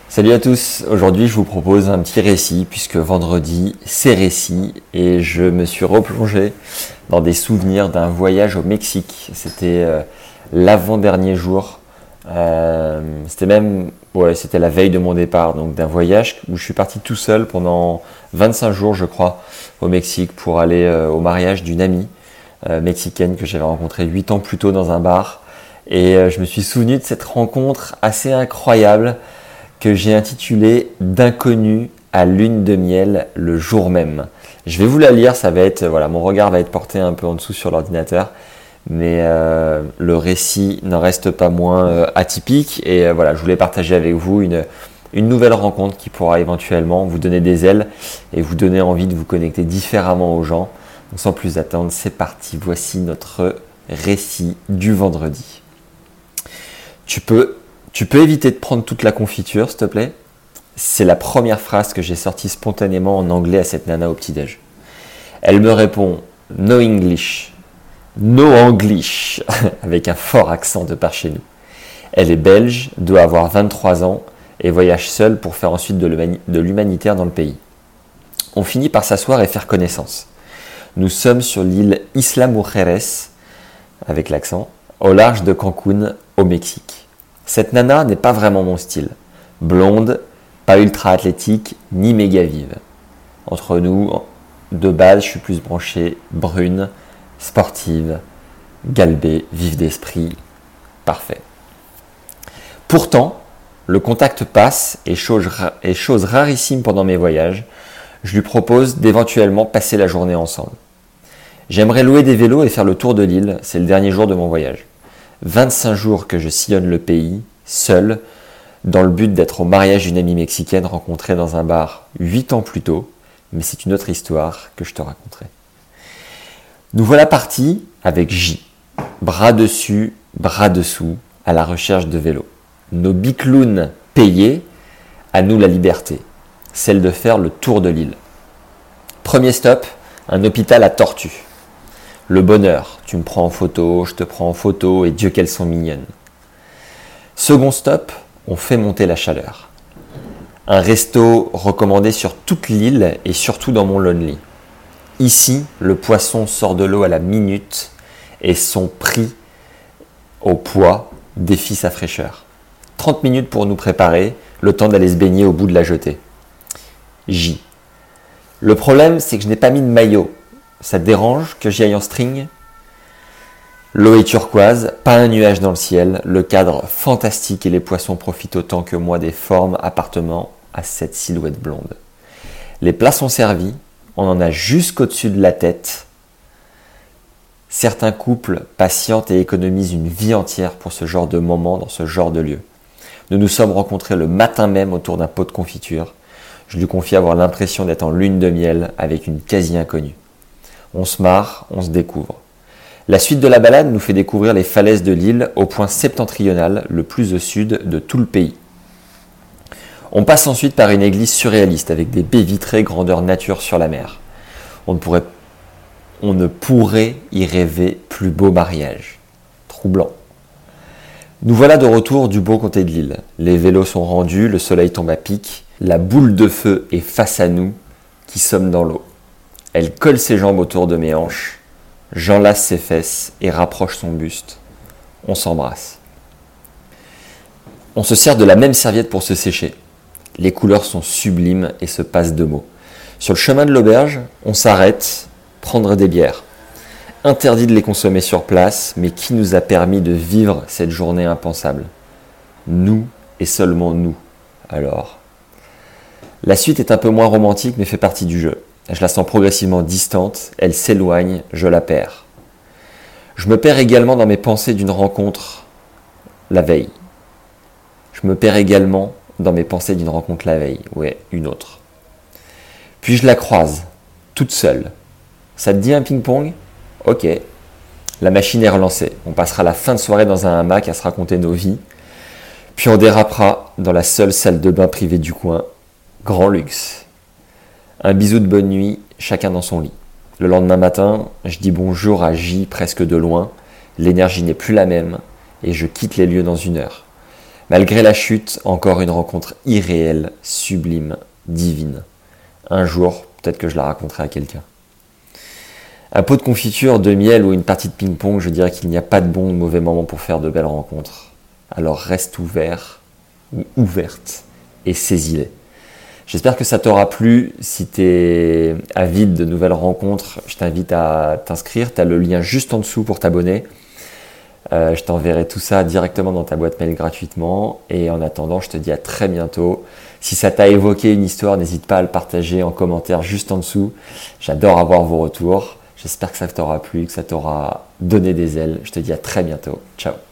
Salut à tous, aujourd'hui je vous propose un petit récit puisque vendredi c'est récit et je me suis replongé dans des souvenirs d'un voyage au Mexique. C'était l'avant-dernier jour, c'était la veille de mon départ, donc d'un voyage où je suis parti tout seul pendant 25 jours je crois au Mexique pour aller au mariage d'une amie mexicaine que j'avais rencontrée 8 ans plus tôt dans un bar et je me suis souvenu de cette rencontre assez incroyable que j'ai intitulé « D'inconnu à lune de miel le jour même ». Je vais vous la lire, mon regard va être porté un peu en dessous sur l'ordinateur, mais le récit n'en reste pas moins atypique et je voulais partager avec vous une nouvelle rencontre qui pourra éventuellement vous donner des ailes et vous donner envie de vous connecter différemment aux gens. Donc sans plus attendre, c'est parti, voici notre récit du vendredi. Tu peux éviter de prendre toute la confiture, s'il te plaît? C'est la première phrase que j'ai sortie spontanément en anglais à cette nana au petit-déj. Elle me répond « No English »,« No English », avec un fort accent de par chez nous. Elle est belge, doit avoir 23 ans et voyage seule pour faire ensuite de l'humanitaire dans le pays. On finit par s'asseoir et faire connaissance. Nous sommes sur l'île Isla Mujeres, avec l'accent, au large de Cancún, au Mexique. Cette nana n'est pas vraiment mon style. Blonde, pas ultra athlétique, ni méga vive. Entre nous, de base, je suis plus branché brune, sportive, galbée, vive d'esprit. Parfait. Pourtant, le contact passe et chose rarissime pendant mes voyages, je lui propose d'éventuellement passer la journée ensemble. J'aimerais louer des vélos et faire le tour de l'île, c'est le dernier jour de mon voyage. 25 jours que je sillonne le pays, seul, dans le but d'être au mariage d'une amie mexicaine rencontrée dans un bar 8 ans plus tôt, mais c'est une autre histoire que je te raconterai. Nous voilà partis avec J, bras dessus, bras dessous, à la recherche de vélos. Nos biclounes payés, à nous la liberté, celle de faire le tour de l'île. Premier stop, un hôpital à Tortue. Le bonheur, tu me prends en photo, je te prends en photo et Dieu qu'elles sont mignonnes. Second stop, on fait monter la chaleur. Un resto recommandé sur toute l'île et surtout dans mon Lonely. Ici, le poisson sort de l'eau à la minute et son prix au poids défie sa fraîcheur. 30 minutes pour nous préparer, le temps d'aller se baigner au bout de la jetée. J. Le problème, c'est que je n'ai pas mis de maillot. Ça te dérange que j'y aille en string? L'eau est turquoise, pas un nuage dans le ciel, le cadre fantastique et les poissons profitent autant que moi des formes appartenant à cette silhouette blonde. Les plats sont servis, on en a jusqu'au-dessus de la tête. Certains couples patientent et économisent une vie entière pour ce genre de moment dans ce genre de lieu. Nous nous sommes rencontrés le matin même autour d'un pot de confiture. Je lui confie avoir l'impression d'être en lune de miel avec une quasi-inconnue. On se marre, on se découvre. La suite de la balade nous fait découvrir les falaises de l'île au point septentrional, le plus au sud de tout le pays. On passe ensuite par une église surréaliste avec des baies vitrées grandeur nature sur la mer. On ne pourrait y rêver plus beau mariage. Troublant. Nous voilà de retour du beau côté de l'île. Les vélos sont rendus, le soleil tombe à pic, la boule de feu est face à nous qui sommes dans l'eau. Elle colle ses jambes autour de mes hanches, j'enlace ses fesses et rapproche son buste. On s'embrasse. On se sert de la même serviette pour se sécher. Les couleurs sont sublimes et se passent de mots. Sur le chemin de l'auberge, on s'arrête, prendre des bières. Interdit de les consommer sur place, mais qui nous a permis de vivre cette journée impensable? Nous et seulement nous. Alors, la suite est un peu moins romantique mais fait partie du jeu. Je la sens progressivement distante, elle s'éloigne, je la perds. Je me perds également dans mes pensées d'une rencontre la veille. Une autre. Puis je la croise, toute seule. Ça te dit un ping-pong? Ok. La machine est relancée. On passera la fin de soirée dans un hamac à se raconter nos vies. Puis on dérapera dans la seule salle de bain privée du coin. Grand luxe. Un bisou de bonne nuit, chacun dans son lit. Le lendemain matin, je dis bonjour à J presque de loin. L'énergie n'est plus la même et je quitte les lieux dans 1 heure. Malgré la chute, encore une rencontre irréelle, sublime, divine. Un jour, peut-être que je la raconterai à quelqu'un. Un pot de confiture, de miel ou une partie de ping-pong, je dirais qu'il n'y a pas de bon ou de mauvais moment pour faire de belles rencontres. Alors reste ouvert ou ouverte et saisis-les. J'espère que ça t'aura plu. Si tu es avide de nouvelles rencontres, je t'invite à t'inscrire. Tu as le lien juste en dessous pour t'abonner. Je t'enverrai tout ça directement dans ta boîte mail gratuitement. Et en attendant, je te dis à très bientôt. Si ça t'a évoqué une histoire, n'hésite pas à le partager en commentaire juste en dessous. J'adore avoir vos retours. J'espère que ça t'aura plu, que ça t'aura donné des ailes. Je te dis à très bientôt. Ciao.